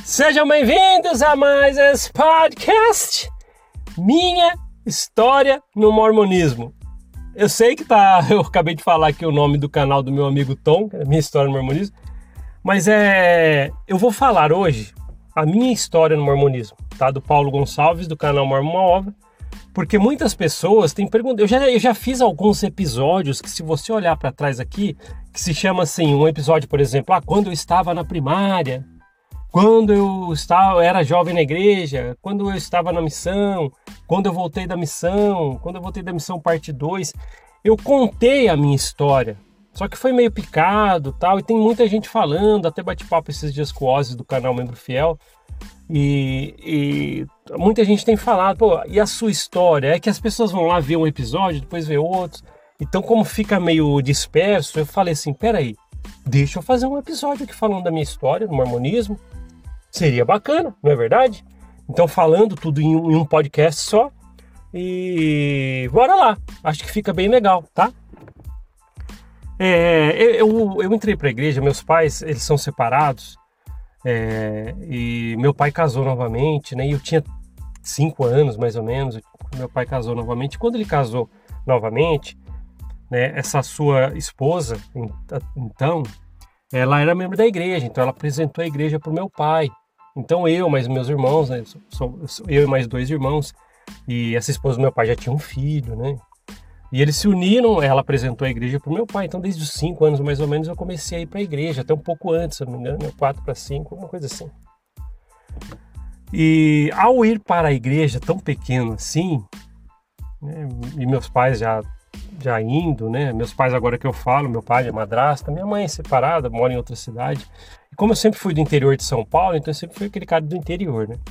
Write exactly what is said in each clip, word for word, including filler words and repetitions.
Sejam bem-vindos a mais esse podcast, Minha História no Mormonismo. Eu sei que tá, eu acabei de falar aqui o nome do canal do meu amigo Tom, que é Minha História no Mormonismo, mas é, eu vou falar hoje a minha história no mormonismo, tá? Do Paulo Gonçalves, do canal Mormon Uma Ova, porque muitas pessoas têm perguntado, eu já, eu já fiz alguns episódios que se você olhar para trás aqui, que se chama assim, um episódio, por exemplo, ah, quando eu estava na primária, quando eu estava, eu era jovem na igreja, quando eu estava na missão, quando eu voltei da missão, quando eu voltei da missão parte dois, eu contei a minha história, só que foi meio picado tal, e tem muita gente falando, até bate-papo esses dias com o Ozzy do canal Membro Fiel, e, e muita gente tem falado, pô, e a sua história? É que as pessoas vão lá ver um episódio, depois ver outros, então como fica meio disperso, eu falei assim, peraí, deixa eu fazer um episódio aqui falando da minha história no mormonismo, seria bacana, não é verdade? Então falando tudo em um, em um podcast só, e bora lá, acho que fica bem legal, tá? É, eu, eu entrei para a igreja, meus pais, eles são separados, é, e meu pai casou novamente, né, e eu tinha cinco anos mais ou menos, meu pai casou novamente, quando ele casou novamente, né, essa sua esposa, então, ela era membro da igreja, então ela apresentou a igreja para o meu pai, então eu, mais meus irmãos, né, sou, sou, eu e mais dois irmãos, e essa esposa do meu pai já tinha um filho, né, e eles se uniram, ela apresentou a igreja para o meu pai, então desde os cinco anos mais ou menos eu comecei a ir para a igreja, até um pouco antes, se não me engano, quatro para cinco, uma coisa assim. E ao ir para a igreja tão pequeno assim, né, e meus pais já, já indo, né, meus pais agora que eu falo, meu pai é madrasta, minha mãe é separada, mora em outra cidade, e como eu sempre fui do interior de São Paulo, então eu sempre fui aquele cara do interior, né.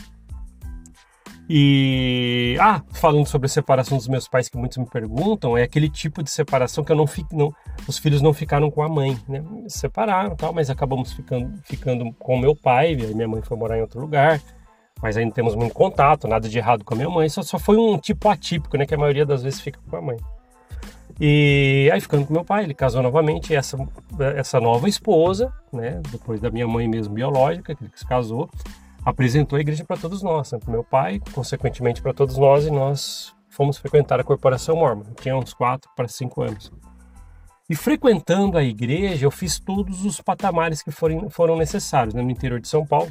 E, ah, falando sobre a separação dos meus pais, que muitos me perguntam, é aquele tipo de separação que eu não fico, não, os filhos não ficaram com a mãe, né? Se separaram e tal, mas acabamos ficando, ficando com o meu pai, e minha mãe foi morar em outro lugar, mas ainda temos muito contato, nada de errado com a minha mãe, só, só foi um tipo atípico, né? Que a maioria das vezes fica com a mãe. E aí ficando com meu pai, ele casou novamente, e essa, essa nova esposa, né? Depois da minha mãe mesmo biológica, que ele se casou, apresentou a igreja para todos nós, né? Para meu pai, consequentemente para todos nós, e nós fomos frequentar a Corporação Mormon. Eu tinha uns quatro para cinco anos. E frequentando a igreja, eu fiz todos os patamares que foram, foram necessários, né? No interior de São Paulo.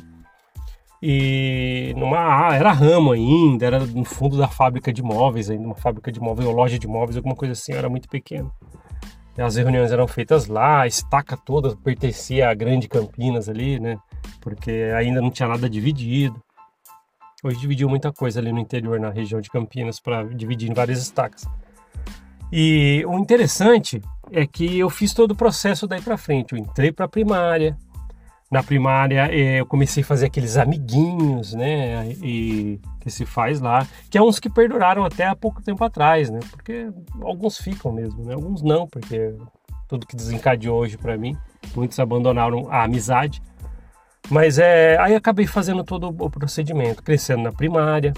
E numa, era ramo ainda, era no fundo da fábrica de móveis, ainda uma fábrica de móveis ou loja de móveis, alguma coisa assim, eu era muito pequeno. As reuniões eram feitas lá, a estaca toda pertencia à Grande Campinas ali, né? Porque ainda não tinha nada dividido. Hoje dividiu muita coisa ali no interior, na região de Campinas, para dividir em várias estacas. E o interessante é que eu fiz todo o processo daí para frente. Eu entrei para a primária. Na primária eu comecei a fazer aqueles amiguinhos, né? E que se faz lá, que é uns que perduraram até há pouco tempo atrás, né? Porque alguns ficam mesmo, né? Alguns não, porque tudo que desencadeou hoje para mim, muitos abandonaram a amizade. Mas é, aí acabei fazendo todo o procedimento, crescendo na primária.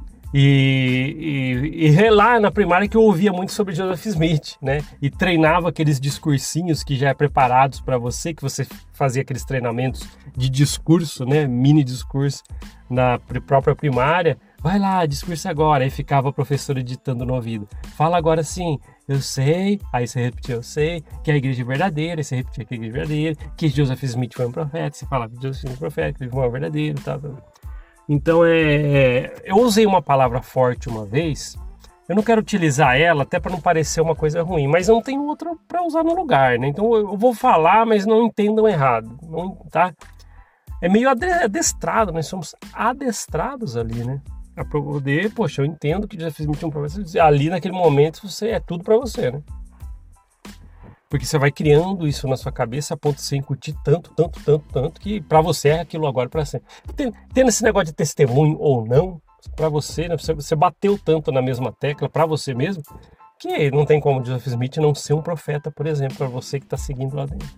E, e, e lá na primária que eu ouvia muito sobre Joseph Smith, né? E treinava aqueles discursinhos que já é preparados para você, que você fazia aqueles treinamentos de discurso, né? Mini discurso na própria primária. Vai lá, discurso agora. Aí ficava a professora ditando no ouvido. Fala agora sim, eu sei. Aí você repetia, eu sei, que a igreja é verdadeira. Aí você repetia que a igreja é verdadeira, que Joseph Smith foi um profeta. Você falava que Joseph Smith foi um profeta, que ele foi um verdadeiro, tal, tal. Então, é, eu usei uma palavra forte uma vez, eu não quero utilizar ela até para não parecer uma coisa ruim, mas eu não tenho outra para usar no lugar, né? Então, eu vou falar, mas não entendam errado, não, tá? É meio adestrado, nós somos adestrados ali, né? Para poder, poxa, eu entendo que já fiz muito um professor, ali naquele momento você é tudo para você, né? Porque você vai criando isso na sua cabeça a ponto de você incutir tanto, tanto, tanto, tanto, que para você é aquilo agora para sempre. Tendo esse negócio de testemunho ou não, para você, né, você bateu tanto na mesma tecla para você mesmo, que não tem como Joseph Smith não ser um profeta, por exemplo, para você que está seguindo lá dentro.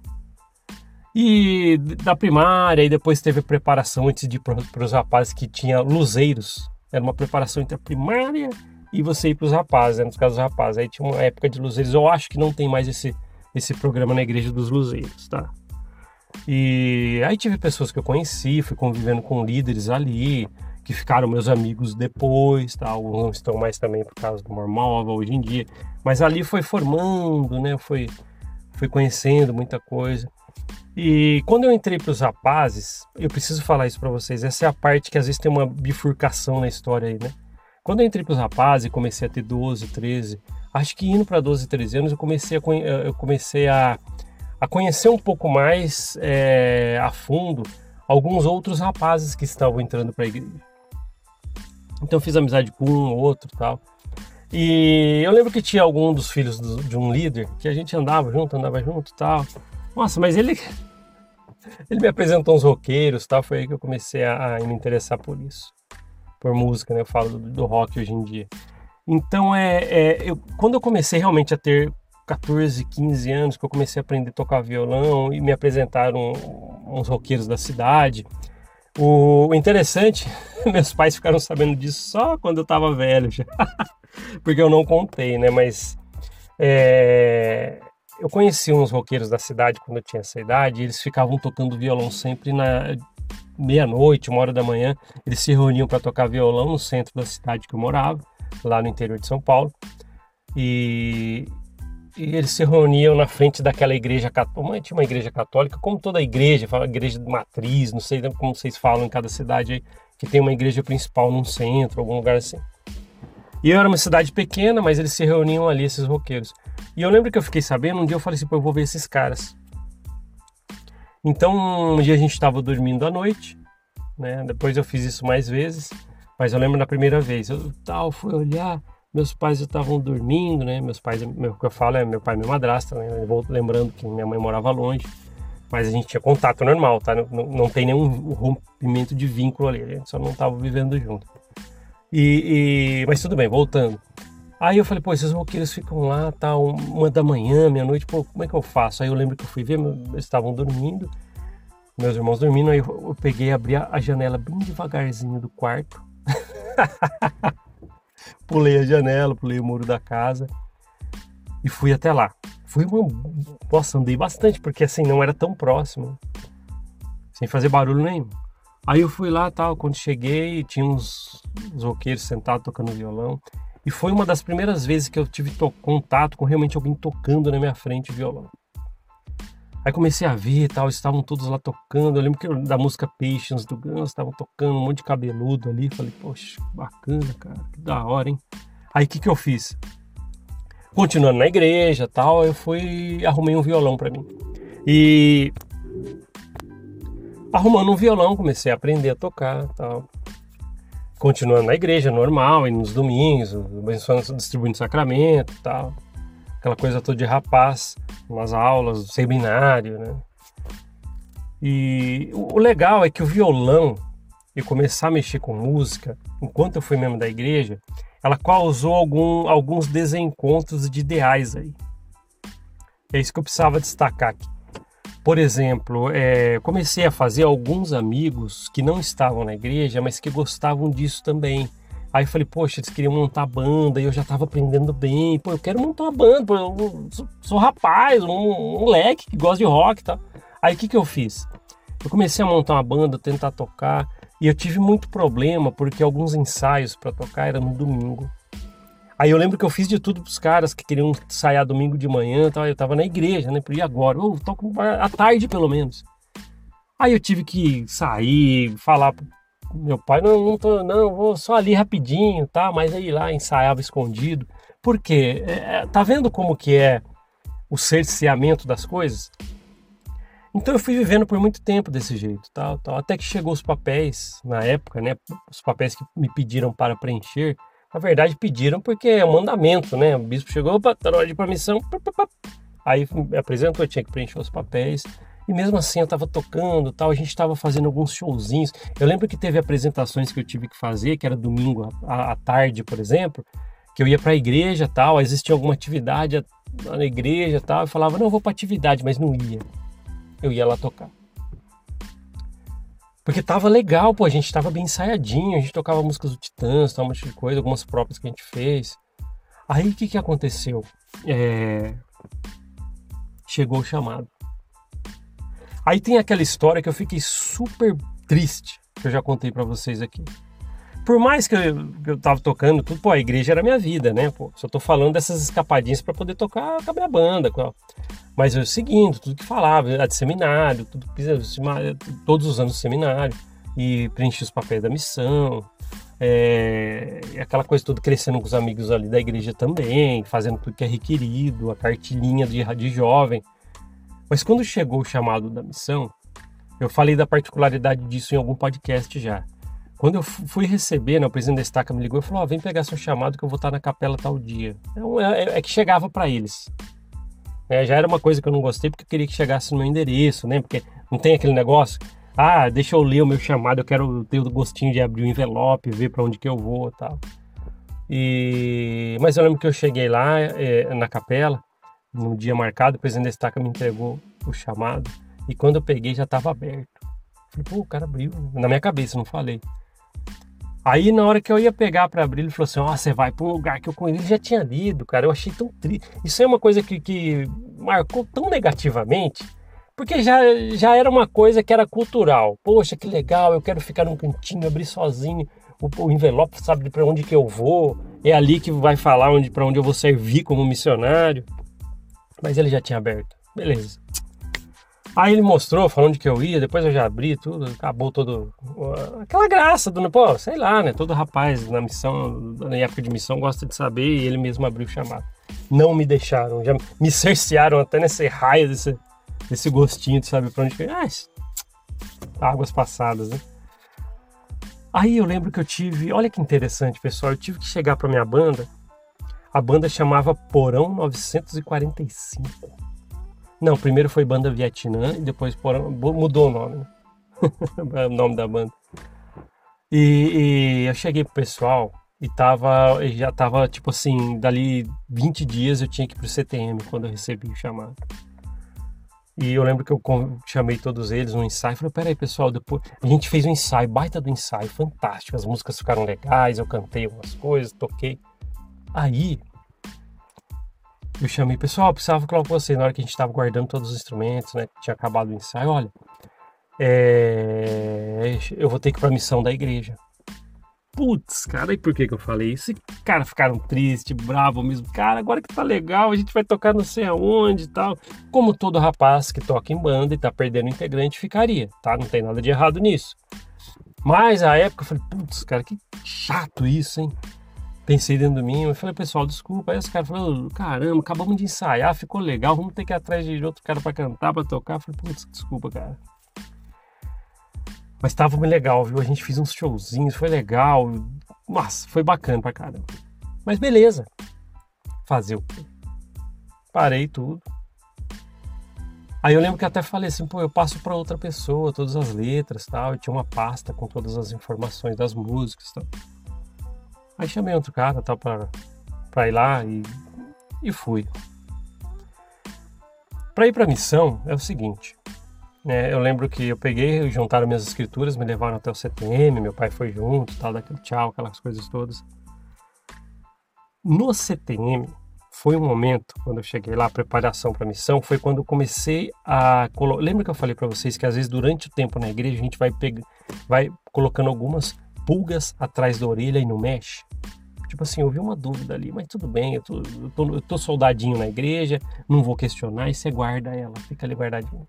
E da primária, e depois teve a preparação antes de ir para os rapazes, que tinha luzeiros. Era uma preparação entre a primária e você ir para os rapazes, né? Nos casos dos rapazes. Aí tinha uma época de luzeiros. Eu acho que não tem mais esse, esse programa na Igreja dos Luzeiros, tá? E aí tive pessoas que eu conheci, fui convivendo com líderes ali, que ficaram meus amigos depois, tá? Alguns não estão mais também por causa do Mormova hoje em dia, mas ali foi formando, né? Foi, foi conhecendo muita coisa. E quando eu entrei para os rapazes, eu preciso falar isso para vocês, essa é a parte que às vezes tem uma bifurcação na história aí, né? Quando eu entrei para os rapazes e comecei a ter doze, treze, acho que indo para doze, treze anos, eu comecei a, eu comecei a, a conhecer um pouco mais é, a fundo alguns outros rapazes que estavam entrando para a igreja. Então eu fiz amizade com um ou outro e tal. E eu lembro que tinha algum dos filhos do, de um líder que a gente andava junto, andava junto e tal. Nossa, mas ele, ele me apresentou uns roqueiros e tal, foi aí que eu comecei a, a me interessar por isso. Por música, né? Eu falo do, do rock hoje em dia. Então, é, é, eu, quando eu comecei realmente a ter catorze, quinze anos, que eu comecei a aprender a tocar violão e me apresentaram uns roqueiros da cidade. O, o interessante, meus pais ficaram sabendo disso só quando eu tava velho já, porque eu não contei, né? Mas é, eu conheci uns roqueiros da cidade quando eu tinha essa idade e eles ficavam tocando violão sempre na meia-noite, uma hora da manhã. Eles se reuniam para tocar violão no centro da cidade que eu morava, lá no interior de São Paulo. E, e eles se reuniam na frente daquela igreja católica. Tinha uma igreja católica, como toda igreja, fala igreja de matriz, não sei como vocês falam em cada cidade aí, que tem uma igreja principal num centro, algum lugar assim. E eu era uma cidade pequena, mas eles se reuniam ali, esses roqueiros. E eu lembro que eu fiquei sabendo, um dia eu falei assim, pô, eu vou ver esses caras. Então, um dia a gente estava dormindo à noite, né? Depois eu fiz isso mais vezes, mas eu lembro da primeira vez. Eu tal, fui olhar, meus pais estavam dormindo, né? Meus pais, meu, o que eu falo é meu pai e minha madrasta, né? Eu vou lembrando que minha mãe morava longe, mas a gente tinha contato normal, tá? Não, não tem nenhum rompimento de vínculo ali, a gente só não estava vivendo junto. E, e, mas tudo bem, voltando. Aí eu falei, pô, esses roqueiros ficam lá, tá, uma da manhã, meia-noite, pô, como é que eu faço? Aí eu lembro que eu fui ver, eles estavam dormindo, meus irmãos dormindo, aí eu, eu peguei, abri a, a janela bem devagarzinho do quarto, pulei a janela, pulei o muro da casa e fui até lá. Fui uma... Nossa, andei bastante, porque assim, não era tão próximo, sem fazer barulho nenhum. Aí eu fui lá, tal, quando cheguei, tinha uns, uns roqueiros sentados tocando violão. E foi uma das primeiras vezes que eu tive to- contato com realmente alguém tocando na minha frente violão. Aí comecei a ver e tal, estavam todos lá tocando. Eu lembro que da música Patience do Guns, estavam tocando, um monte de cabeludo ali. Falei, poxa, bacana, cara, que da hora, hein? Aí o que que eu fiz? Continuando na igreja e tal, eu fui, arrumei um violão pra mim. E arrumando um violão, comecei a aprender a tocar e tal. Continuando na igreja, normal, indo nos domingos, distribuindo sacramento e tal. Aquela coisa toda de rapaz, nas aulas, do seminário, né? E o legal é que o violão, e começar a mexer com música, enquanto eu fui membro da igreja, ela causou algum, alguns desencontros de ideais aí. É isso que eu precisava destacar aqui. Por exemplo, é, comecei a fazer alguns amigos que não estavam na igreja, mas que gostavam disso também. Aí eu falei, poxa, eles queriam montar banda e eu já estava aprendendo bem. Pô, eu quero montar uma banda, pô, eu sou, sou rapaz, um, um moleque que gosta de rock e tal. Aí o que, que eu fiz? Eu comecei a montar uma banda, tentar tocar, e eu tive muito problema porque alguns ensaios para tocar eram no domingo. Aí eu lembro que eu fiz de tudo pros caras que queriam ensaiar domingo de manhã, tal. Eu tava na igreja, né? E agora? Eu toco à tarde, pelo menos. Aí eu tive que sair, falar pro meu pai, não, não tô, não, vou só ali rapidinho, tá? Mas aí lá ensaiava escondido. Por quê? É, tá vendo como que é o cerceamento das coisas? Então eu fui vivendo por muito tempo desse jeito, tal, tal. Até que chegou os papéis, na época, né? Os papéis que me pediram para preencher. Na verdade, pediram porque é um mandamento, né? O bispo chegou, opa, tá na hora de permissão. Aí me apresentou, eu tinha que preencher os papéis. E mesmo assim eu tava tocando, tal, a gente tava fazendo alguns showzinhos. Eu lembro que teve apresentações que eu tive que fazer, que era domingo à tarde, por exemplo, que eu ia pra igreja, tal, existia alguma atividade na igreja, tal, eu falava, não, eu vou pra atividade, mas não ia. Eu ia lá tocar. Porque tava legal, pô, a gente tava bem ensaiadinho, a gente tocava músicas do Titãs, tal, um monte de coisa, algumas próprias que a gente fez. Aí o que que aconteceu? É... Chegou o chamado. Aí tem aquela história que eu fiquei super triste, que eu já contei pra vocês aqui. Por mais que eu, que eu tava tocando tudo, pô, a igreja era minha vida, né? Pô, só tô falando dessas escapadinhas pra poder tocar com a minha banda. Mas eu seguindo tudo que falava, a de seminário, tudo, todos os anos de seminário, e preenchi os papéis da missão, é, aquela coisa toda, crescendo com os amigos ali da igreja também, fazendo tudo que é requerido, a cartilhinha de, de jovem. Mas quando chegou o chamado da missão, eu falei da particularidade disso em algum podcast já. Quando eu fui receber, né, o presidente da Estaca me ligou e falou, oh, vem pegar seu chamado que eu vou estar na capela tal dia. É, é, é que chegava para eles. É, já era uma coisa que eu não gostei, porque eu queria que chegasse no meu endereço, né? Porque não tem aquele negócio, ah, deixa eu ler o meu chamado, eu quero ter o gostinho de abrir o envelope, ver para onde que eu vou e tal. E... Mas eu lembro que eu cheguei lá é, na capela, no dia marcado, o presidente da Estaca me entregou o chamado, e quando eu peguei já estava aberto. Falei, pô, o cara abriu, na minha cabeça, não falei. Aí, na hora que eu ia pegar para abrir, ele falou assim, ó, oh, você vai para um lugar que eu conheço. Ele já tinha lido, cara, eu achei tão triste. Isso é uma coisa que, que marcou tão negativamente, porque já, já era uma coisa que era cultural. Poxa, que legal, eu quero ficar num cantinho, abrir sozinho o, o envelope, sabe para onde que eu vou. É ali que vai falar onde, para onde eu vou servir como missionário. Mas ele já tinha aberto, beleza. Aí ele mostrou, falando de que eu ia, depois eu já abri tudo, acabou todo... Aquela graça do... Pô, sei lá, né? Todo rapaz na missão, na época de missão, gosta de saber, e ele mesmo abriu o chamado. Não me deixaram, já me cercearam até nesse raio, desse, desse gostinho de saber pra onde que eu ia. Ah, águas passadas, né? Aí eu lembro que eu tive... Olha que interessante, pessoal, eu tive que chegar pra minha banda, a banda chamava Porão novecentos e quarenta e cinco. Não, primeiro foi Banda Vietnã e depois Porão, mudou o nome, né? O nome da banda. E, e eu cheguei pro pessoal e tava, já tava tipo assim, dali vinte dias eu tinha que ir pro C T M quando eu recebi o chamado. E eu lembro que eu chamei todos eles no ensaio, falei, peraí pessoal, depois a gente fez um ensaio, baita do ensaio, fantástico, as músicas ficaram legais, eu cantei algumas coisas, toquei. Aí eu chamei, pessoal, precisava falar com você na hora que a gente estava guardando todos os instrumentos, né? Tinha acabado o ensaio, olha, é... eu vou ter que ir para a missão da igreja. Putz, cara, e por que que eu falei isso? E, cara, ficaram tristes, bravos mesmo. Cara, agora que tá legal, a gente vai tocar não sei aonde e tal. Como todo rapaz que toca em banda e tá perdendo integrante ficaria, tá? Não tem nada de errado nisso. Mas, à época, eu falei, putz, cara, que chato isso, hein? Pensei dentro de mim, eu falei, pessoal, desculpa. Aí os caras falaram, caramba, acabamos de ensaiar, ficou legal, vamos ter que ir atrás de outro cara pra cantar, pra tocar. Eu falei, putz, desculpa, cara. Mas tava muito legal, viu? A gente fez uns showzinhos, foi legal. Nossa, foi bacana pra caramba. Mas beleza. Fazer o quê? Parei tudo. Aí eu lembro que até falei assim, pô, eu passo pra outra pessoa todas as letras e tal. E tinha uma pasta com todas as informações das músicas e tal. Aí chamei outro cara, tal, pra, pra ir lá e, e fui. Pra ir pra missão é o seguinte, né? Eu lembro que eu peguei, juntaram minhas escrituras, me levaram até o C T M, meu pai foi junto, tal, daquele tchau, aquelas coisas todas. No C T M, foi um momento, quando eu cheguei lá, a preparação pra missão, foi quando eu comecei a... Colo... Lembra que eu falei pra vocês que às vezes durante o tempo na igreja a gente vai, peg... vai colocando algumas pulgas atrás da orelha e não mexe? Tipo assim, eu vi uma dúvida ali, mas tudo bem, eu tô, eu tô, eu tô soldadinho na igreja, não vou questionar, e você guarda ela, fica ali guardadinho.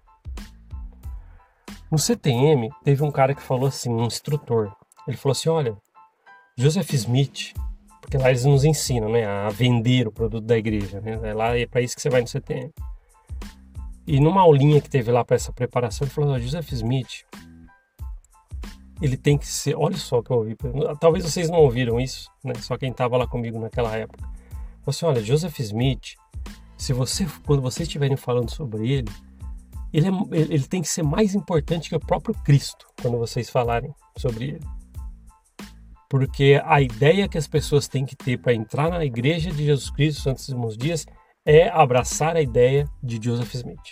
No C T M, teve um cara que falou assim, um instrutor, ele falou assim, olha, Joseph Smith, porque lá eles nos ensinam, né, a vender o produto da igreja, né, é lá é para isso que você vai no C T M. E numa aulinha que teve lá para essa preparação, ele falou, Joseph Smith, ele tem que ser, olha só o que eu ouvi, talvez vocês não ouviram isso, né? Só quem estava lá comigo naquela época. Falou assim, olha, Joseph Smith, se você, quando vocês estiverem falando sobre ele, ele, é, ele tem que ser mais importante que o próprio Cristo, quando vocês falarem sobre ele. Porque a ideia que as pessoas têm que ter para entrar na igreja de Jesus Cristo nos últimos dias é abraçar a ideia de Joseph Smith.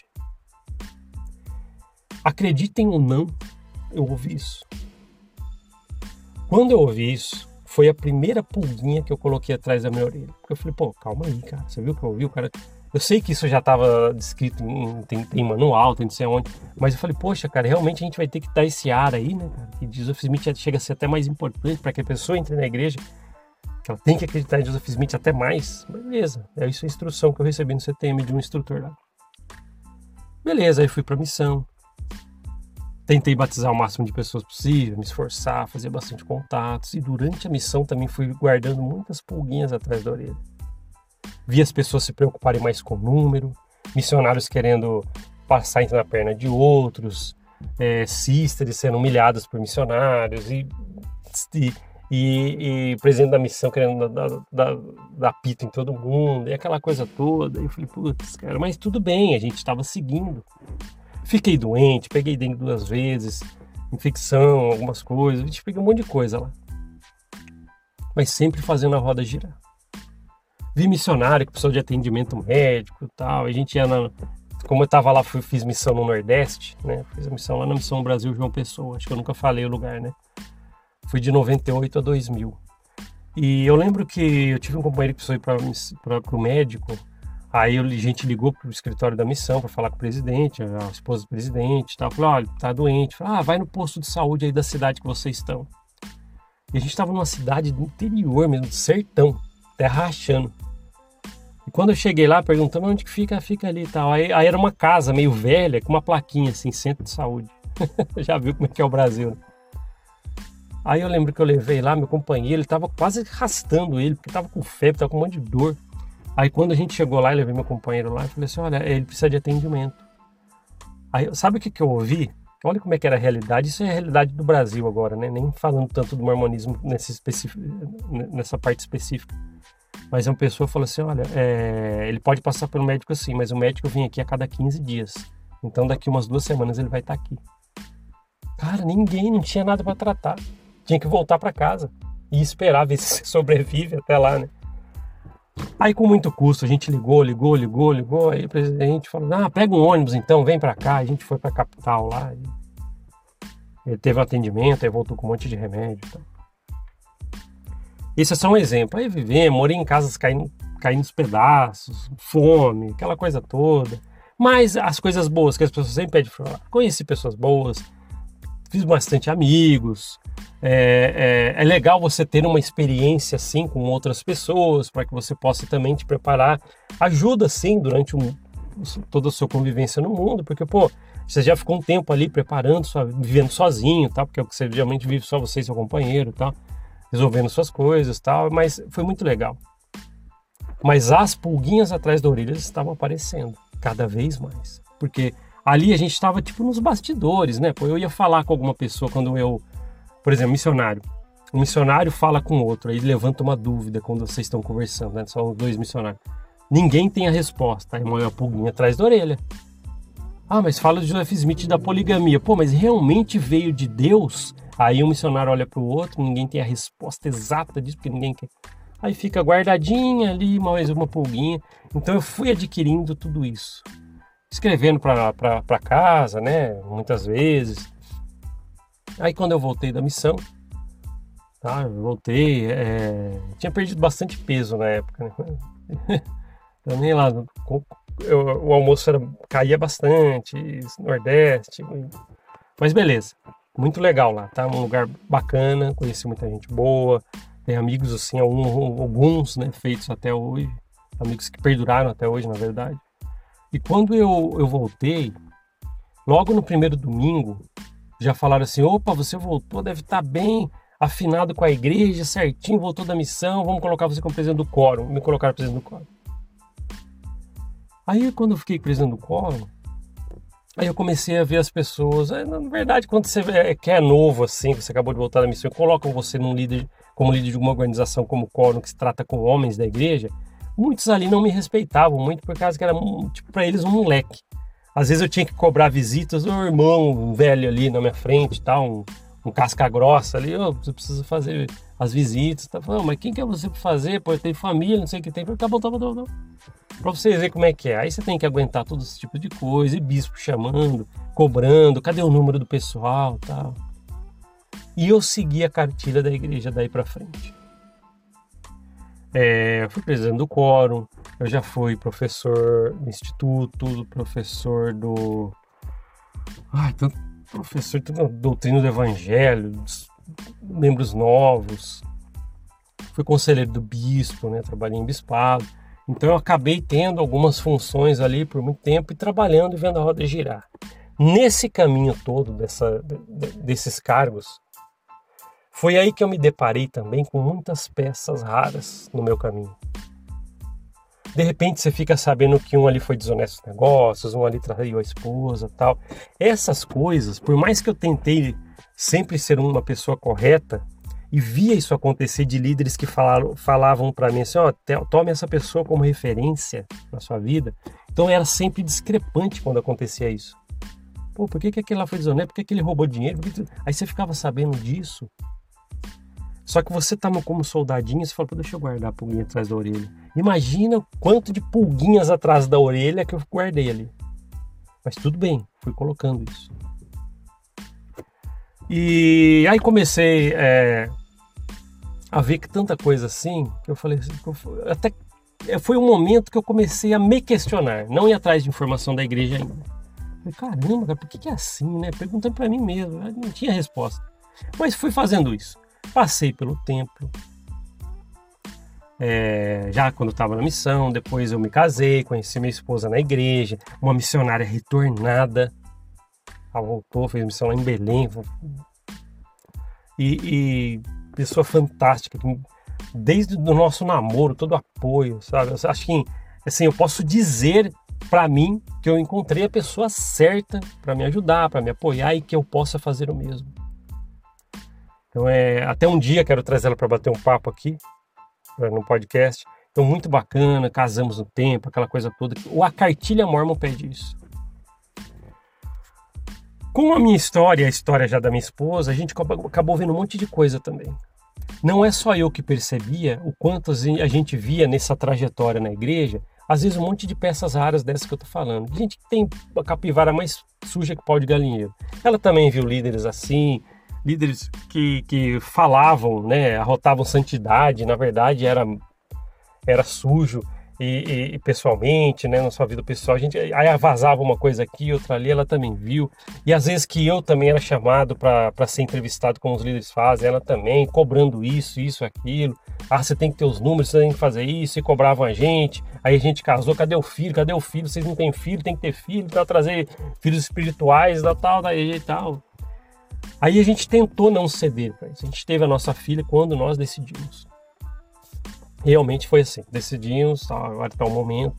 Acreditem ou não, eu ouvi isso. Quando eu ouvi isso, foi a primeira pulguinha que eu coloquei atrás da minha orelha. Porque eu falei, pô, calma aí, cara. Você viu o que eu ouvi? O cara... Eu sei que isso já estava descrito em, tem, tem manual, tem não sei onde, mas eu falei, poxa, cara, realmente a gente vai ter que dar esse ar aí, né, cara, que Joseph Smith chega a ser até mais importante para que a pessoa entre na igreja, que ela tem que acreditar em Joseph Smith até mais. Beleza, é isso a instrução que eu recebi no C T M de um instrutor lá. Beleza, aí fui para missão. Tentei batizar o máximo de pessoas possível, me esforçar, fazer bastante contatos, e durante a missão também fui guardando muitas pulguinhas atrás da orelha. Vi as pessoas se preocuparem mais com o número, missionários querendo passar entre a perna de outros, é, sisters sendo humilhadas por missionários, e, e, e, e presidente da missão querendo dar, dar, dar pito em todo mundo, e aquela coisa toda. E eu falei, putz, cara, mas tudo bem, a gente estava seguindo. Fiquei doente, peguei dengue duas vezes, infecção, algumas coisas, a gente pegou um monte de coisa lá. Mas sempre fazendo a roda girar. Vi missionário que precisou de atendimento médico e tal. A gente ia na... Como eu estava lá, fui, fiz missão no Nordeste, né? Fiz a missão lá na Missão Brasil João Pessoa. Acho que eu nunca falei o lugar, né? Fui de noventa e oito a dois mil. E eu lembro que eu tive um companheiro que precisou ir para o médico. Aí a gente ligou para o escritório da missão para falar com o presidente, a esposa do presidente e tal. Falei, olha, tá doente. Falei, ah, vai no posto de saúde aí da cidade que vocês estão. E a gente estava numa cidade do interior mesmo, do sertão, terra rachando. E quando eu cheguei lá, perguntando onde que fica, fica ali e tal. Aí, aí era uma casa meio velha, com uma plaquinha assim, centro de saúde. Já viu como é que é o Brasil, né? Aí eu lembro que eu levei lá, meu companheiro, ele tava quase arrastando ele, porque tava com febre, tava com um monte de dor. Aí quando a gente chegou lá, eu levei meu companheiro lá, e falei assim, olha, ele precisa de atendimento. Aí, sabe o que que eu ouvi? Olha como é que era a realidade, isso é a realidade do Brasil agora, né? Nem falando tanto do mormonismo nesse específico, nessa parte específica. Mas uma pessoa falou assim, olha, é, ele pode passar pelo médico assim, mas o médico vem aqui a cada quinze dias. Então daqui umas duas semanas ele vai estar aqui. Cara, ninguém, não tinha nada para tratar. Tinha que voltar para casa e esperar ver se sobrevive até lá, né? Aí com muito custo a gente ligou, ligou, ligou, ligou. Aí o presidente falou, ah, pega um ônibus então, vem para cá. A gente foi para a capital lá. Ele teve um atendimento, aí voltou com um monte de remédio e tal. Esse é só um exemplo. Aí vivemos, morei em casas caindo, caindo nos pedaços, fome, aquela coisa toda. Mas as coisas boas que as pessoas sempre pedem para falar. Conheci pessoas boas, fiz bastante amigos. É, é, é legal você ter uma experiência assim com outras pessoas para que você possa também te preparar. Ajuda sim durante um, toda a sua convivência no mundo, porque pô, você já ficou um tempo ali preparando, sua, vivendo sozinho, tá? Porque é o que você geralmente vive só você e seu companheiro, tá? Resolvendo suas coisas, tal. Mas foi muito legal. Mas as pulguinhas atrás da orelha estavam aparecendo cada vez mais, porque ali a gente estava tipo nos bastidores, né? Pô, eu ia falar com alguma pessoa quando eu, por exemplo, missionário. Um missionário fala com outro, aí levanta uma dúvida quando vocês estão conversando, né? São dois missionários. Ninguém tem a resposta, aí põe a pulguinha atrás da orelha. Ah, mas fala de Joseph Smith da poligamia. Pô, mas realmente veio de Deus? Aí um missionário olha para o outro, ninguém tem a resposta exata disso, porque ninguém quer. Aí fica guardadinha ali, mais uma pulguinha. Então eu fui adquirindo tudo isso. Escrevendo para casa, né? Muitas vezes. Aí quando eu voltei da missão, tá? Eu voltei, é... tinha perdido bastante peso na época, né? Também lá, eu, o almoço era, caía bastante, Nordeste, mas beleza. Muito legal lá, tá? Um lugar bacana, conheci muita gente boa, tem amigos assim, alguns, né, feitos até hoje, amigos que perduraram até hoje, na verdade. E quando eu, eu voltei, logo no primeiro domingo, já falaram assim, opa, você voltou, deve estar bem afinado com a igreja, certinho, voltou da missão, vamos colocar você como presidente do quórum. Me colocaram presidente do quórum. Aí quando eu fiquei presidente do quórum, aí eu comecei a ver as pessoas, na verdade, quando você é, que é novo assim, você acabou de voltar da missão, colocam você num líder, como líder de uma organização como o quórum, que se trata com homens da igreja, muitos ali não me respeitavam muito, por causa que era, tipo, para eles um moleque. Às vezes eu tinha que cobrar visitas, o irmão, um velho ali na minha frente, tal, um, um casca grossa ali, oh, você precisa fazer as visitas, tá falando, mas quem que é você para fazer? Pô, tem família, não sei o que tem, tá bom, tá bom, tá bom. Pra vocês verem como é que é. Aí você tem que aguentar todo esse tipo de coisa, e bispo chamando, cobrando, cadê o número do pessoal, tal. E eu segui a cartilha da igreja daí pra frente. É, fui presidente do quórum, Eu já fui professor do instituto, professor do... Ai, tanto professor de doutrina do evangelho, dos membros novos. Fui conselheiro do bispo, né? Trabalhei em bispado. Então eu acabei tendo algumas funções ali por muito tempo e trabalhando e vendo a roda girar. Nesse caminho todo dessa, desses cargos, foi aí que eu me deparei também com muitas peças raras no meu caminho. De repente você fica sabendo que um ali foi desonesto nos negócios, um ali traiu a esposa, tal. Essas coisas, por mais que eu tentei sempre ser uma pessoa correta e via isso acontecer de líderes que falaram, falavam para mim assim, ó, tome essa pessoa como referência na sua vida. Então era sempre discrepante quando acontecia isso. Pô, por que, que aquele lá foi desonesto? Por que, que ele roubou dinheiro? Que... Aí você ficava sabendo disso. Só que você tá como soldadinho e você fala, pô, deixa eu guardar a pulguinha atrás da orelha. Imagina o quanto de pulguinhas atrás da orelha que eu guardei ali. Mas tudo bem, fui colocando isso. E aí comecei é, a ver que tanta coisa assim, que eu falei assim, que eu, até foi um momento que eu comecei a me questionar, não ir atrás de informação da igreja ainda. Eu falei, caramba, cara, por que, que é assim, né? Perguntando para mim mesmo, eu não tinha resposta. Mas fui fazendo isso. Passei pelo templo, é, já quando eu estava na missão, depois eu me casei, conheci minha esposa na igreja, uma missionária retornada, ela voltou, fez missão lá em Belém, e, e pessoa fantástica, desde o nosso namoro, todo o apoio, sabe? Eu acho que, assim, eu posso dizer para mim que eu encontrei a pessoa certa para me ajudar, para me apoiar e que eu possa fazer o mesmo. Então, é, até um dia quero trazer ela para bater um papo aqui, no podcast. Então, muito bacana, casamos no tempo, aquela coisa toda. A cartilha Mormon pede isso. Com a minha história, a história já da minha esposa, a gente acabou vendo um monte de coisa também. Não é só eu que percebia o quanto a gente via nessa trajetória na igreja, às vezes um monte de peças raras dessas que eu tô falando. Gente que tem a capivara mais suja que pau de galinheiro. Ela também viu líderes assim, líderes que, que falavam, né, arrotavam santidade, na verdade era, era sujo e, e, e pessoalmente, né, na sua vida pessoal, a gente, aí vazava uma coisa aqui, outra ali, ela também viu, e às vezes que eu também era chamado para ser entrevistado como os líderes fazem, ela também, cobrando isso, isso, aquilo, ah, você tem que ter os números, você tem que fazer isso, e cobravam a gente, aí a gente casou, cadê o filho, cadê o filho, vocês não têm filho, tem que ter filho, para trazer filhos espirituais, da tal, daí e tal. Aí a gente tentou não ceder para isso. A gente teve a nossa filha quando nós decidimos. Realmente foi assim. Decidimos, agora está o momento.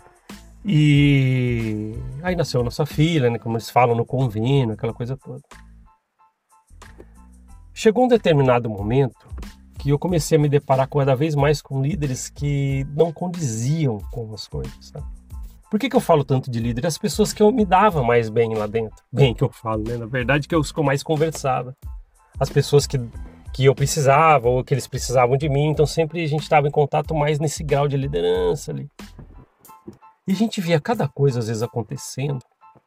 E aí nasceu a nossa filha, né? Como eles falam no convênio, aquela coisa toda. Chegou um determinado momento que eu comecei a me deparar cada vez mais com líderes que não condiziam com as coisas, sabe? Por que que eu falo tanto de líder? As pessoas que eu me dava mais bem lá dentro. Bem que eu falo, né? Na verdade que eu que eu mais conversava. As pessoas que, que eu precisava ou que eles precisavam de mim. Então sempre a gente estava em contato mais nesse grau de liderança ali. E a gente via cada coisa às vezes acontecendo.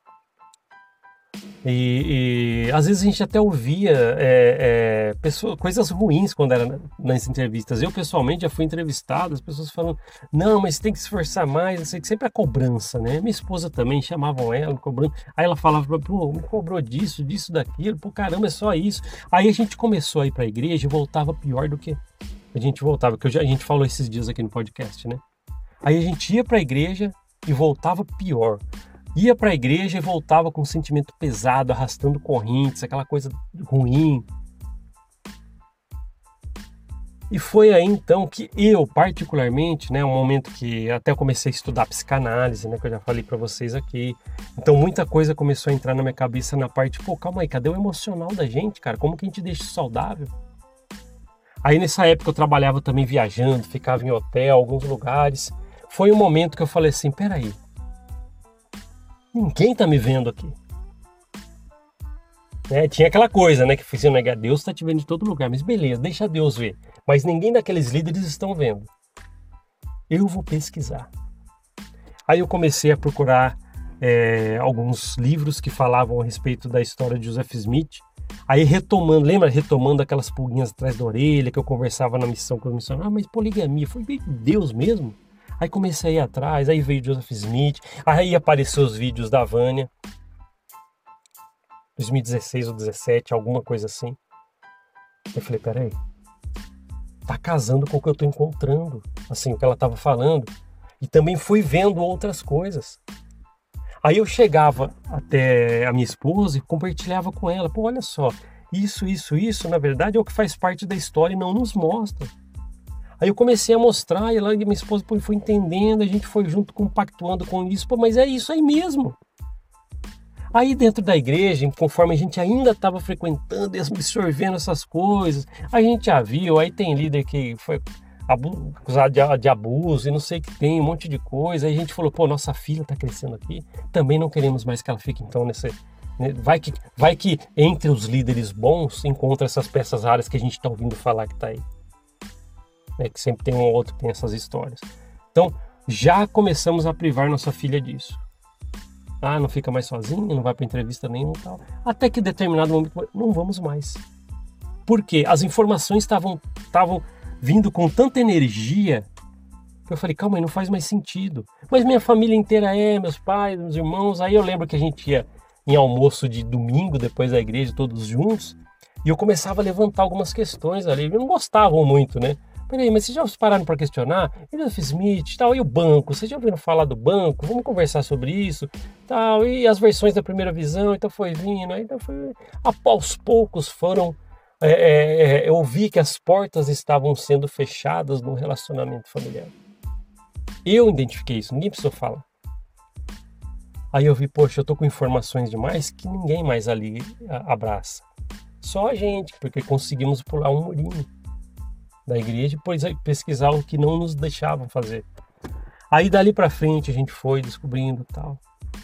E, e às vezes a gente até ouvia é, é, pessoa, coisas ruins quando era nas entrevistas. Eu pessoalmente já fui entrevistado, as pessoas falando, não, mas tem que se esforçar mais, não sei, que sempre a cobrança, né? Minha esposa também, chamavam ela, cobrando. Aí ela falava, pô, me cobrou disso, disso, daquilo, pô, caramba, é só isso. Aí a gente começou a ir pra igreja e voltava pior do que a gente voltava, que eu já, a gente falou esses dias aqui no podcast, né? Aí a gente ia pra igreja e voltava pior. Ia para a igreja e voltava com um sentimento pesado, arrastando correntes, aquela coisa ruim. E foi aí então que eu, particularmente, né, um momento que até comecei a estudar psicanálise, né, que eu já falei para vocês aqui. Então muita coisa começou a entrar na minha cabeça na parte, pô, calma aí, cadê o emocional da gente, cara? Como que a gente deixa isso saudável? Aí nessa época eu trabalhava também viajando, ficava em hotel, alguns lugares. Foi um momento que eu falei assim, peraí, ninguém tá me vendo aqui. Né? Tinha aquela coisa, né? Que foi assim, negar, Deus tá te vendo de todo lugar. Mas beleza, deixa Deus ver. Mas ninguém daqueles líderes estão vendo. Eu vou pesquisar. Aí eu comecei a procurar é, alguns livros que falavam a respeito da história de Joseph Smith. Aí retomando, lembra? Retomando aquelas pulguinhas atrás da orelha que eu conversava na missão com os missionários. Ah, mas poligamia, foi Deus mesmo? Aí comecei a ir atrás, aí veio Joseph Smith, aí apareceu os vídeos da Vânia, dois mil e dezesseis ou dezessete, alguma coisa assim. Eu falei, peraí, tá casando com o que eu tô encontrando, assim, o que ela tava falando. E também fui vendo outras coisas. Aí eu chegava até a minha esposa e compartilhava com ela, pô, olha só, isso, isso, isso, na verdade é o que faz parte da história e não nos mostra. Aí eu comecei a mostrar e ela e minha esposa pô, foi entendendo, a gente foi junto compactuando com isso, pô, mas é isso aí mesmo. Aí dentro da igreja, conforme a gente ainda estava frequentando e absorvendo essas coisas, a gente já viu, aí tem líder que foi acusado de, de abuso e não sei o que tem, um monte de coisa. Aí a gente falou, pô, nossa filha está crescendo aqui, também não queremos mais que ela fique então nesse... Né? Vai, que, vai que entre os líderes bons encontra essas peças raras que a gente está ouvindo falar que está aí. É que sempre tem um ou outro que tem essas histórias. Então, já começamos a privar nossa filha disso. Ah, não fica mais sozinha, não vai para entrevista nenhuma e tal. Até que em determinado momento, não vamos mais. Por quê? As informações estavam estavam vindo com tanta energia que eu falei, calma aí, não faz mais sentido. Mas minha família inteira é, meus pais, meus irmãos. Aí eu lembro que a gente ia em almoço de domingo, depois da igreja, todos juntos. E eu começava a levantar algumas questões ali. Eles não gostavam muito, né? Peraí, mas vocês já pararam para questionar? Joseph Smith, tal, e o banco? Vocês já ouviram falar do banco? Vamos conversar sobre isso, tal, e as versões da primeira visão, então foi vindo, aí então foi... Aos poucos foram... É, é, eu vi que as portas estavam sendo fechadas no relacionamento familiar. Eu identifiquei isso, ninguém precisou falar. Aí eu vi, poxa, eu tô com informações demais que ninguém mais ali abraça. Só a gente, porque conseguimos pular um murinho da igreja e pesquisar o que não nos deixavam fazer. Aí dali pra frente a gente foi descobrindo tal.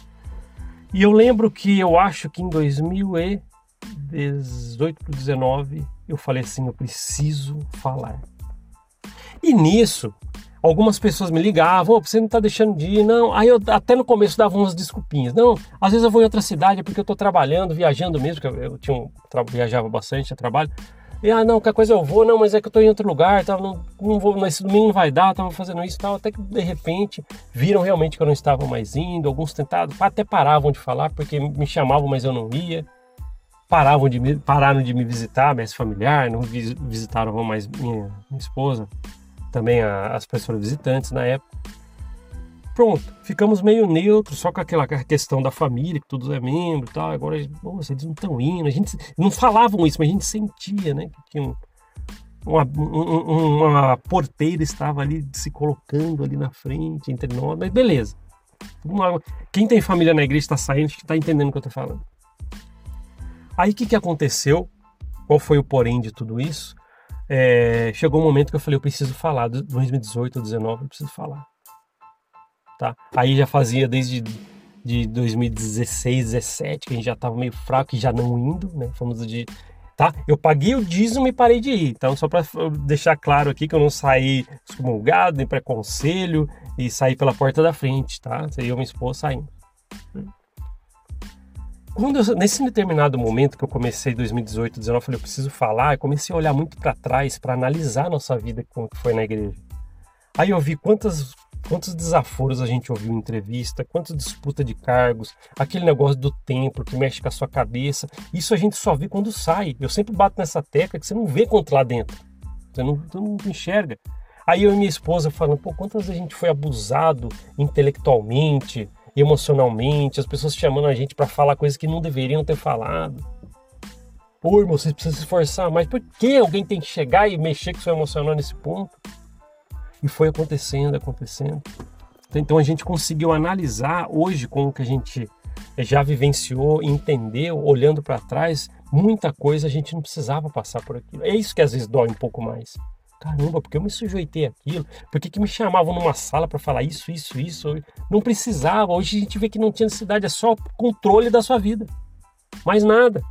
E eu lembro que eu acho que em dois mil e dezoito para dezenove eu falei assim, eu preciso falar. E nisso, algumas pessoas me ligavam, oh, você não tá deixando de ir, não. Aí eu até no começo dava umas desculpinhas. Não, às vezes eu vou em outra cidade porque eu tô trabalhando, viajando mesmo, porque eu tinha um, viajava bastante a trabalho. E, ah, não, qualquer coisa eu vou, não, mas é que eu tô em outro lugar, tá, não, não vou, nesse domingo não vai dar, tava fazendo isso e tal, até que de repente viram realmente que eu não estava mais indo, alguns tentaram, até paravam de falar, porque me chamavam, mas eu não ia, paravam de me, pararam de me visitar, mestre familiar, não vis, visitaram mais minha, minha esposa, também a, as pessoas visitantes na época. Pronto, ficamos meio neutros, só com aquela questão da família, que todos é membro e tal. Agora, nossa, eles não estão indo. A gente não falavam isso, mas a gente sentia, né? Que tinha um, uma, um, uma porteira estava ali se colocando ali na frente, entre nós. Mas beleza. Uma, quem tem família na igreja está saindo, está entendendo o que eu estou falando. Aí o que, que aconteceu? Qual foi o porém de tudo isso? É, chegou um momento que eu falei, eu preciso falar. De dois mil e dezoito ou dezenove, eu preciso falar. Tá? Aí já fazia desde de dois mil e dezesseis, dezessete, que a gente já estava meio fraco e já não indo, né? Fomos de, tá? Eu paguei o dízimo e parei de ir. Então, só para deixar claro aqui que eu não saí excomungado, nem pré-conselho e saí pela porta da frente, tá? Eu e minha esposa saindo. Quando eu, nesse determinado momento que eu comecei em dois mil e dezoito, dezenove, eu falei, eu preciso falar, eu comecei a olhar muito para trás para analisar a nossa vida como que foi na igreja. Aí eu vi quantas Quantos desaforos a gente ouviu em entrevista, quantas disputa de cargos, aquele negócio do templo que mexe com a sua cabeça. Isso a gente só vê quando sai. Eu sempre bato nessa tecla que você não vê quanto lá dentro. Você não, você não enxerga. Aí eu e minha esposa falando, pô, quantas vezes a gente foi abusado intelectualmente, emocionalmente, as pessoas chamando a gente para falar coisas que não deveriam ter falado. Pô, irmão, você precisa se esforçar mais. Por que alguém tem que chegar e mexer com o seu emocional nesse ponto? E foi acontecendo, acontecendo. Então a gente conseguiu analisar hoje com o que a gente já vivenciou, entendeu, olhando para trás, muita coisa a gente não precisava passar por aquilo. É isso que às vezes dói um pouco mais. Caramba, porque eu me sujeitei àquilo? Por que, que me chamavam numa sala para falar isso, isso, isso? Não precisava. Hoje a gente vê que não tinha necessidade, é só controle da sua vida. Mais nada.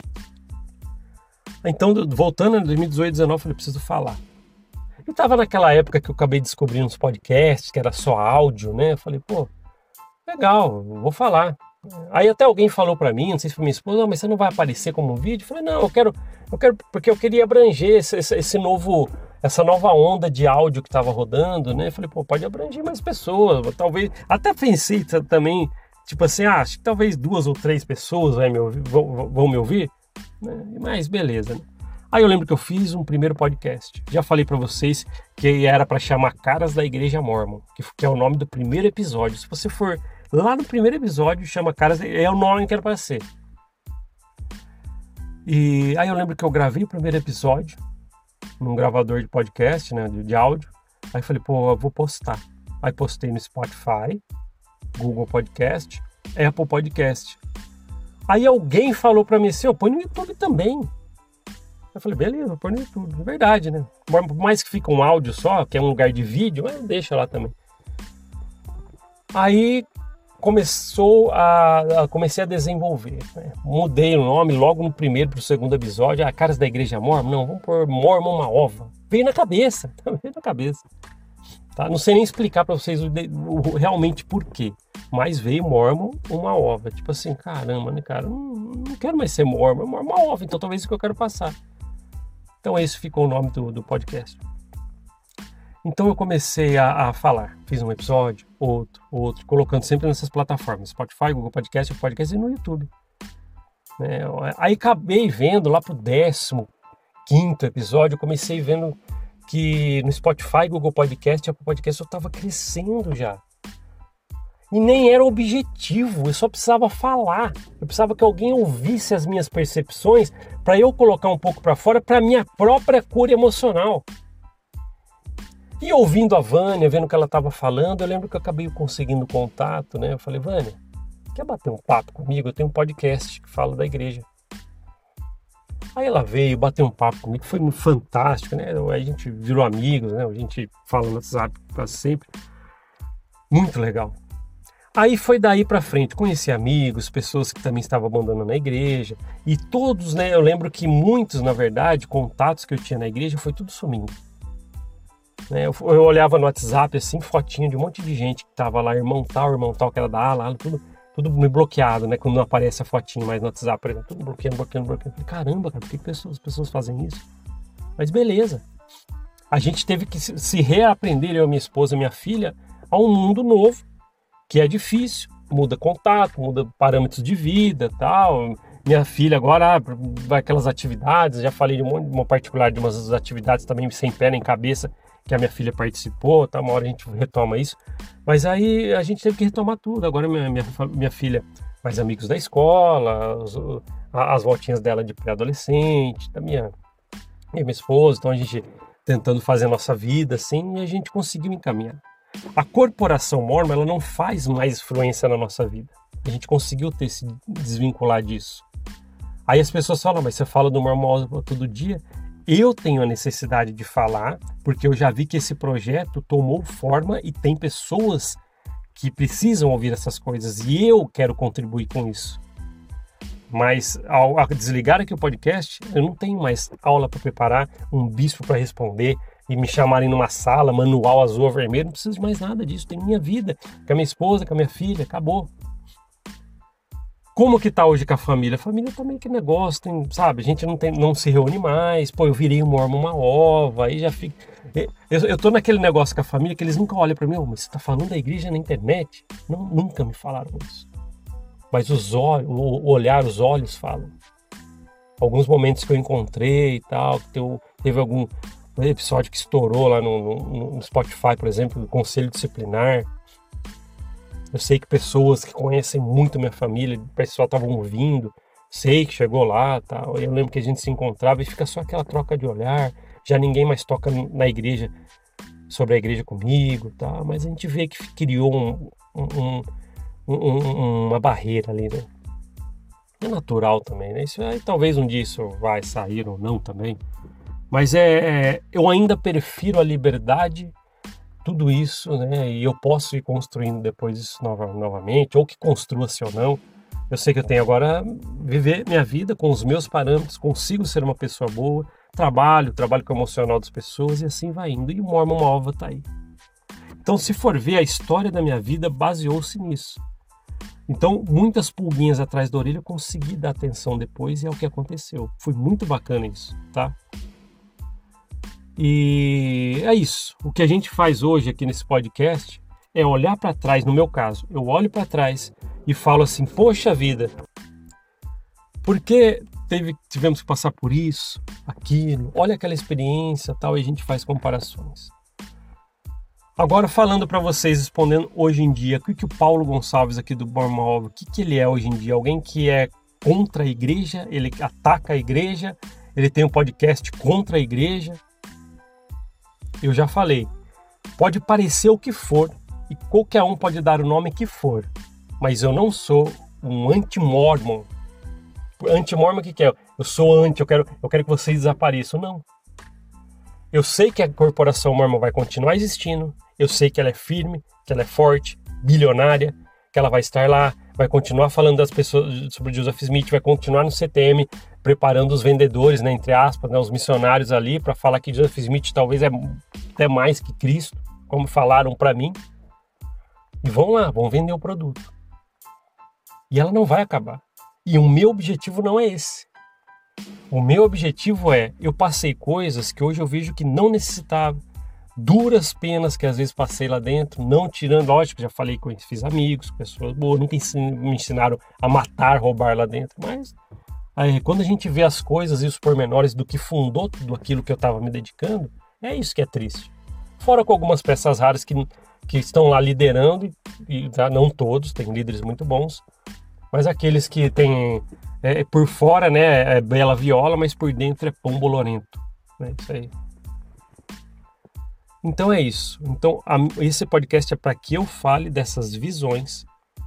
Então, voltando em dois mil e dezoito, dezenove, eu falei, preciso falar. E estava naquela época que eu acabei descobrindo uns podcasts, que era só áudio, né? Eu falei, pô, legal, vou falar. Aí até alguém falou para mim, não sei se foi minha esposa, não, mas você não vai aparecer como um vídeo? Eu falei, não, eu quero, eu quero porque eu queria abranger esse, esse novo, essa nova onda de áudio que estava rodando, né? Eu falei, pô, pode abranger mais pessoas, talvez, até pensei também, tipo assim, ah, acho que talvez duas ou três pessoas vai me ouvir, vão, vão me ouvir, né? Mas beleza, né? Aí eu lembro que eu fiz um primeiro podcast, já falei para vocês que era para chamar Caras da Igreja Mormon, que, que é o nome do primeiro episódio. Se você for lá no primeiro episódio, chama Caras, é o nome que era para ser. E aí eu lembro que eu gravei o primeiro episódio num gravador de podcast, né, de, de áudio. Aí falei, pô, eu vou postar. Aí postei no Spotify, Google Podcast, Apple Podcast. Aí alguém falou pra mim assim, eu põe no YouTube também. Eu falei, beleza, vou pôr no YouTube. É verdade, né? Por mais que fique um áudio só, que é um lugar de vídeo, mas deixa lá também. Aí começou a, a comecei a desenvolver, né? Mudei o nome logo no primeiro para o segundo episódio. Ah, Caras da Igreja Mormon? Não, vamos pôr Mormon uma ova. Veio na cabeça, veio na cabeça. Tá? Não sei nem explicar para vocês o, o, realmente por quê, mas veio Mormon uma ova. Tipo assim, caramba, né, cara? Não, não quero mais ser Mormon, Mormon uma ova, então talvez isso que eu quero passar. Então esse ficou o nome do, do podcast. Então eu comecei a, a falar, fiz um episódio, outro, outro, colocando sempre nessas plataformas, Spotify, Google Podcast, Podcast e no YouTube. Né? Aí acabei vendo lá pro décimo quinto episódio, eu comecei vendo que no Spotify, Google Podcast e Apple Podcast eu estava crescendo já. E nem era objetivo, eu só precisava falar, eu precisava que alguém ouvisse as minhas percepções para eu colocar um pouco para fora para minha própria cura emocional. E ouvindo a Vânia, vendo o que ela estava falando, eu lembro que eu acabei conseguindo contato, né? Eu falei, Vânia, quer bater um papo comigo? Eu tenho um podcast que fala da igreja. Aí ela veio bater um papo comigo, foi fantástico, né? A gente virou amigos, né? A gente fala no WhatsApp quase sempre. Muito legal. Aí foi daí pra frente, conheci amigos, pessoas que também estavam abandonando a igreja. E todos, né? Eu lembro que muitos, na verdade, contatos que eu tinha na igreja, foi tudo sumindo. Eu, eu olhava no WhatsApp, assim, fotinho de um monte de gente que tava lá, irmão tal, irmão tal, que era da ala, tudo, tudo me bloqueado, né? Quando não aparece a fotinho mais no WhatsApp, por exemplo, tudo bloqueando, bloqueando, bloqueando. Falei, caramba, cara, por que, que pessoas, as pessoas fazem isso? Mas beleza. A gente teve que se, se reaprender, eu, minha esposa, minha filha, a um mundo novo, que é difícil. Muda contato, muda parâmetros de vida, tal. Minha filha agora vai aquelas atividades, já falei de uma, uma particular de umas atividades também sem pé nem cabeça, que a minha filha participou, tá? Uma hora a gente retoma isso, mas aí a gente teve que retomar tudo. Agora minha, minha, minha filha, mais amigos da escola, as, as voltinhas dela de pré-adolescente, da minha, minha esposa, então a gente tentando fazer a nossa vida assim, e a gente conseguiu encaminhar. A corporação mormon, ela não faz mais influência na nossa vida, a gente conseguiu ter se desvincular disso. Aí as pessoas falam, mas você fala do Mormon todo dia? Eu tenho a necessidade de falar, porque eu já vi que esse projeto tomou forma e tem pessoas que precisam ouvir essas coisas e eu quero contribuir com isso. Mas ao, ao desligar aqui o podcast, eu não tenho mais aula para preparar, um bispo para responder e me chamarem numa sala, manual azul ou vermelho, não preciso de mais nada disso. Tem minha vida, com a minha esposa, com a minha filha, acabou. Como que tá hoje com a família? A família também que negócio, tem, sabe? A gente não, tem, não se reúne mais. Pô, eu virei um mormon uma ova, aí já fica... Eu, eu tô naquele negócio com a família que eles nunca olham pra mim, oh, mas você tá falando da igreja na internet? Não, nunca me falaram isso. Mas os olhos, o olhar, os olhos falam. Alguns momentos que eu encontrei e tal, que teve, teve algum episódio que estourou lá no, no, no Spotify, por exemplo, do Conselho Disciplinar. Eu sei que pessoas que conhecem muito minha família, o pessoal estavam ouvindo, sei que chegou lá, tal. Eu lembro que a gente se encontrava e fica só aquela troca de olhar, já ninguém mais toca na igreja, sobre a igreja comigo, tal. Mas a gente vê que criou um, um, um, um, uma barreira ali, né? É natural também, né? Isso aí, talvez um dia isso vai sair ou não também. Mas é, é eu ainda prefiro a liberdade, tudo isso, né? E eu posso ir construindo depois isso nova, novamente, ou que construa-se ou não. Eu sei que eu tenho agora viver minha vida com os meus parâmetros, consigo ser uma pessoa boa, trabalho, trabalho com o emocional das pessoas e assim vai indo. E o Mormon uma ova tá aí. Então, se for ver, a história da minha vida baseou-se nisso. Então, muitas pulguinhas atrás da orelha eu consegui dar atenção depois e é o que aconteceu. Foi muito bacana isso, tá? E é isso. O que a gente faz hoje aqui nesse podcast é olhar para trás. No meu caso, eu olho para trás e falo assim, poxa vida, por que teve, tivemos que passar por isso, aquilo, olha aquela experiência tal, e a gente faz comparações. Agora falando para vocês, respondendo hoje em dia, o que, que o Paulo Gonçalves aqui do Bormov, o que, que ele é hoje em dia? Alguém que é contra a igreja, ele ataca a igreja, ele tem um podcast contra a igreja. Eu já falei, pode parecer o que for, e qualquer um pode dar o nome que for, mas eu não sou um anti-mormon. Anti-mormon o que, que é? Eu sou anti, eu quero, eu quero que vocês desapareçam. Não. Eu sei que a corporação mormon vai continuar existindo, eu sei que ela é firme, que ela é forte, bilionária, que ela vai estar lá, vai continuar falando das pessoas sobre Joseph Smith, vai continuar no C T M, preparando os vendedores, né, entre aspas, né, os missionários ali, para falar que Joseph Smith talvez é até mais que Cristo, como falaram para mim. E vão lá, vão vender o produto. E ela não vai acabar. E o meu objetivo não é esse. O meu objetivo é, eu passei coisas que hoje eu vejo que não necessitava, duras penas que às vezes passei lá dentro, não tirando, lógico, já falei que eu fiz amigos, pessoas boas, nunca me ensinaram a matar, roubar lá dentro, mas aí, quando a gente vê as coisas e os pormenores do que fundou tudo aquilo que eu estava me dedicando, é isso que é triste. Fora com algumas peças raras que, que estão lá liderando, e não todos, tem líderes muito bons, mas aqueles que têm, é, por fora, né, é bela viola, mas por dentro é pão bolorento. É isso aí. Então é isso. Então a, esse podcast é para que eu fale dessas visões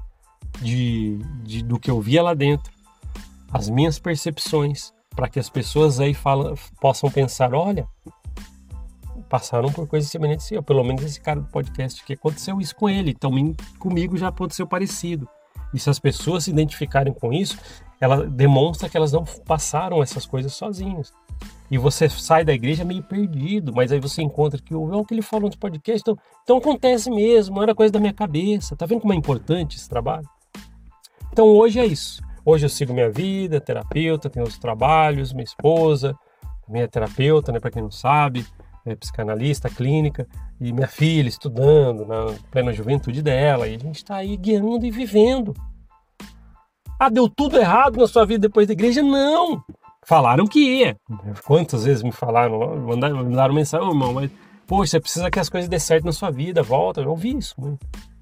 de, de, do que eu via lá dentro, as minhas percepções, para que as pessoas aí falam, possam pensar, olha, passaram por coisas semelhantes assim, ou pelo menos esse cara do podcast que aconteceu isso com ele, então comigo já aconteceu parecido. E se as pessoas se identificarem com isso, ela demonstra que elas não passaram essas coisas sozinhas. E você sai da igreja meio perdido, mas aí você encontra que o que ele falou no podcast, então, então acontece mesmo, não era coisa da minha cabeça. Tá vendo como é importante esse trabalho? Então hoje é isso. Hoje eu sigo minha vida, terapeuta, tenho outros trabalhos, minha esposa, também é terapeuta, né, para quem não sabe, é psicanalista, clínica, e minha filha estudando na plena juventude dela, e a gente está aí guiando e vivendo. Ah, deu tudo errado na sua vida depois da igreja? Não! Falaram que ia. Quantas vezes me falaram, mandaram, mandaram mensagem, oh, irmão, mas, poxa, você precisa que as coisas dê certo na sua vida, volta. Eu ouvi isso muito.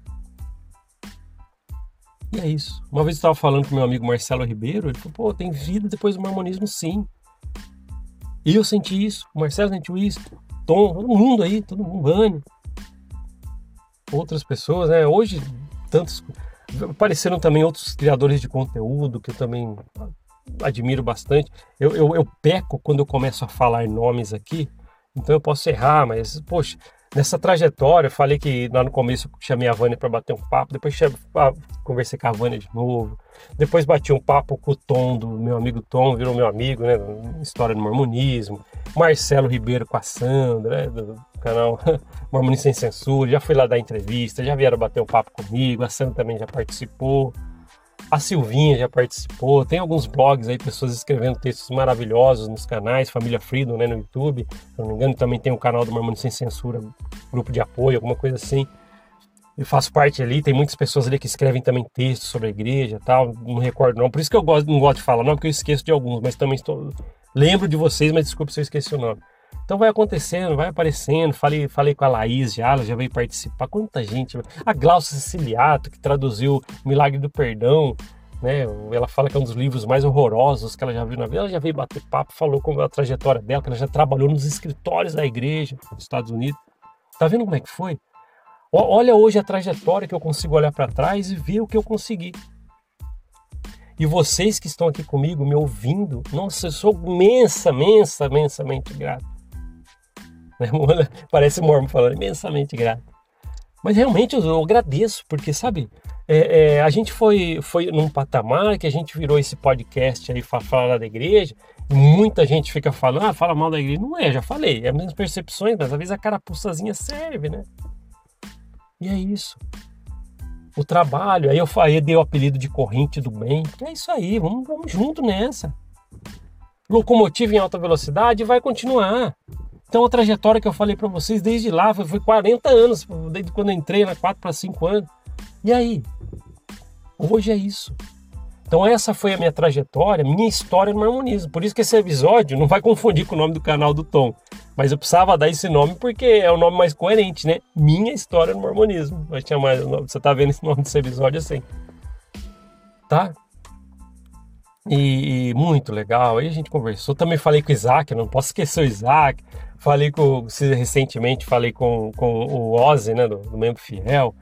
E é isso. Uma vez eu estava falando com meu amigo Marcelo Ribeiro, ele falou, pô, tem vida depois do mormonismo, sim. E eu senti isso, o Marcelo sentiu isso, Tom, todo mundo aí, todo mundo, Vânia. Outras pessoas, né? Hoje, tantos... Apareceram também outros criadores de conteúdo que eu também admiro bastante. Eu, eu, eu peco quando eu começo a falar nomes aqui, então eu posso errar, mas, poxa, nessa trajetória, eu falei que lá no começo eu chamei a Vânia para bater um papo, depois conversei com a Vânia de novo, depois bati um papo com o Tom, do meu amigo Tom, virou meu amigo, né, História do Mormonismo, Marcelo Ribeiro com a Sandra, né, do canal Mormonismo Sem Censura, já fui lá dar entrevista, já vieram bater um papo comigo, a Sandra também já participou, a Silvinha já participou, tem alguns blogs aí, pessoas escrevendo textos maravilhosos nos canais, Família Freedom, né, no YouTube, se não me engano também tem o canal do Mormonismo Sem Censura, grupo de apoio, alguma coisa assim. Eu faço parte ali, tem muitas pessoas ali que escrevem também textos sobre a igreja e tal, não recordo não, por isso que eu gosto, não gosto de falar não, porque eu esqueço de alguns, mas também estou, lembro de vocês, mas desculpe se eu esqueci o nome. Então vai acontecendo, vai aparecendo, falei, falei com a Laís já, ela já veio participar, quanta gente, a Glaucia Siciliato, que traduziu o Milagre do Perdão, né? Ela fala que é um dos livros mais horrorosos que ela já viu na vida, ela já veio bater papo, falou como é a trajetória dela, que ela já trabalhou nos escritórios da igreja nos Estados Unidos. Tá vendo como é que foi? Olha hoje a trajetória que eu consigo olhar para trás e ver o que eu consegui. E vocês que estão aqui comigo, me ouvindo, nossa, eu sou imensa, imensa, imensamente grato. Parece mormon falando, imensamente grato. Mas realmente eu, eu agradeço, porque, sabe, é, é, a gente foi, foi num patamar que a gente virou esse podcast aí para falar da igreja, e muita gente fica falando, ah, fala mal da igreja. Não é, já falei, é as mesmas percepções, mas às vezes a carapuçazinha serve, né? E é isso. O trabalho, aí eu, aí eu dei o apelido de corrente do bem, é isso aí, vamos, vamos junto nessa. Locomotiva em alta velocidade vai continuar. Então a trajetória que eu falei para vocês desde lá foi, foi quarenta anos, desde quando eu entrei na quatro para cinco anos. E aí? Hoje é isso. Então essa foi a minha trajetória, minha história no Mormonismo. Por isso que esse episódio não vai confundir com o nome do canal do Tom. Mas eu precisava dar esse nome porque é o nome mais coerente, né? Minha história no Mormonismo. Vai chamar, você tá vendo esse nome desse episódio assim. Tá? E, e muito legal. Aí a gente conversou. Também falei com o Isaac, não posso esquecer o Isaac. Falei com, recentemente, falei com, com o Ozzy, né? Do, do Membro Fiel.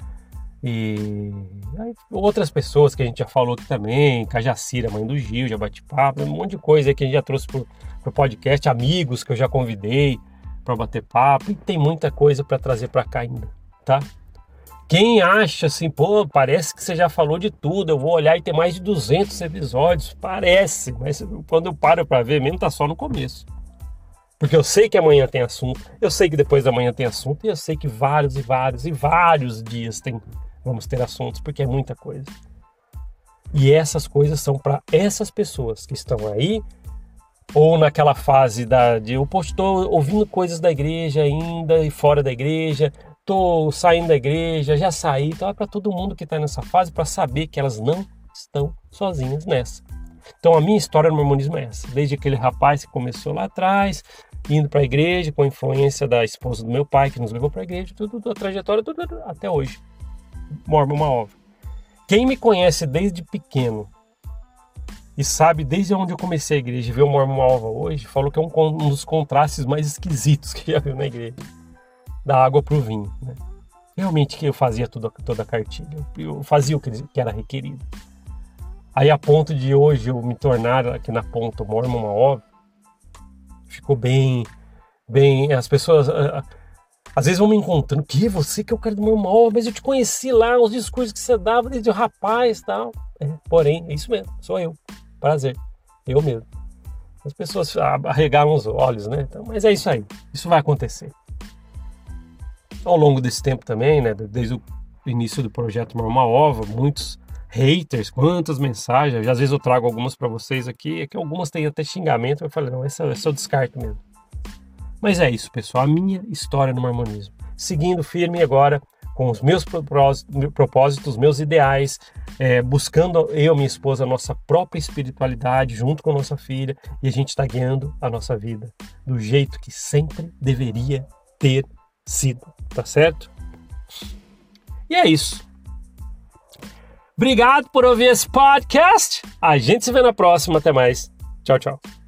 E aí, outras pessoas que a gente já falou aqui também, Cajacira, mãe do Gil, já bate papo, um monte de coisa aí que a gente já trouxe pro, pro podcast, amigos que eu já convidei para bater papo, e tem muita coisa para trazer para cá ainda, tá? Quem acha assim, pô, parece que você já falou de tudo, eu vou olhar e tem mais de duzentos episódios, parece, mas quando eu paro para ver mesmo, tá só no começo. Porque eu sei que amanhã tem assunto, eu sei que depois da manhã tem assunto, e eu sei que vários e vários e vários dias tem vamos ter assuntos, porque é muita coisa. E essas coisas são para essas pessoas que estão aí, ou naquela fase da, de eu estou ouvindo coisas da igreja ainda e fora da igreja, estou saindo da igreja, já saí, então é para todo mundo que está nessa fase, para saber que elas não estão sozinhas nessa. Então a minha história no mormonismo é essa, desde aquele rapaz que começou lá atrás, indo para a igreja, com a influência da esposa do meu pai, que nos levou para a igreja, tudo, tudo, a trajetória, tudo, tudo, até hoje. Mormon uma ova. Quem me conhece desde pequeno e sabe desde onde eu comecei a igreja e vê o Mormon uma ova hoje, falou que é um, um dos contrastes mais esquisitos que já viu na igreja. Da água para o vinho, né? Realmente que eu fazia tudo, toda a cartilha. Eu fazia o que, que era requerido. Aí a ponto de hoje eu me tornar aqui na ponta Mormon uma ova, ficou bem, bem, as pessoas às vezes vão me encontrando, que você que é o cara do Mormon, mas eu te conheci lá, os discursos que você dava desde o rapaz e tal. É, porém, é isso mesmo, sou eu. Prazer, eu mesmo. As pessoas arregaram os olhos, né? Então, mas é isso aí, isso vai acontecer. Ao longo desse tempo também, né? Desde o início do projeto Mormon uma ova, muitos haters, quantas mensagens, às vezes eu trago algumas para vocês aqui, é que algumas têm até xingamento, eu falei, não, esse é o descarte mesmo. Mas é isso, pessoal, a minha história no mormonismo. Seguindo firme agora com os meus propósitos, meus ideais, é, buscando eu e minha esposa a nossa própria espiritualidade junto com a nossa filha, e a gente está guiando a nossa vida do jeito que sempre deveria ter sido, tá certo? E é isso. Obrigado por ouvir esse podcast. A gente se vê na próxima. Até mais. Tchau, tchau.